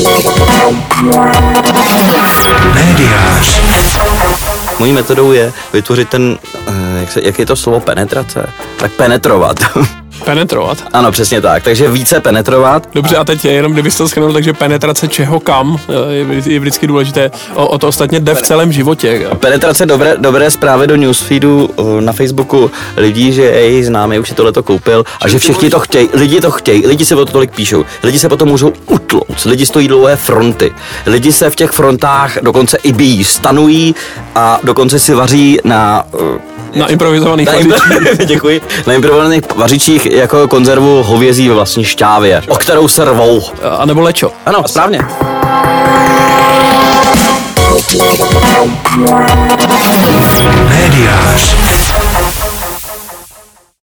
Médiář. Mojí metodou je vytvořit ten, jak je to slovo penetrace? Tak penetrovat. Penetrovat? Ano, přesně tak, takže více penetrovat. Dobře, a teď jenom kdybys to shrnul, takže penetrace čeho kam je vždycky důležité. O to ostatně jde v celém životě. Penetrace dobré zprávy do newsfeedu na Facebooku lidí, že její známý už si tohleto koupil a že všichni to chtějí, lidi si o to tolik píšou, lidi se potom můžou utlouct, lidi stojí dlouhé fronty, lidi se v těch frontách dokonce i bijí, stanují a dokonce si vaří na improvizovaných vařičích. Děkuji. Na improvizovaných vařičích jako konzervu hovězí ve vlastní šťávě, o kterou se rvou. A nebo lečo. Ano, správně. Médiář.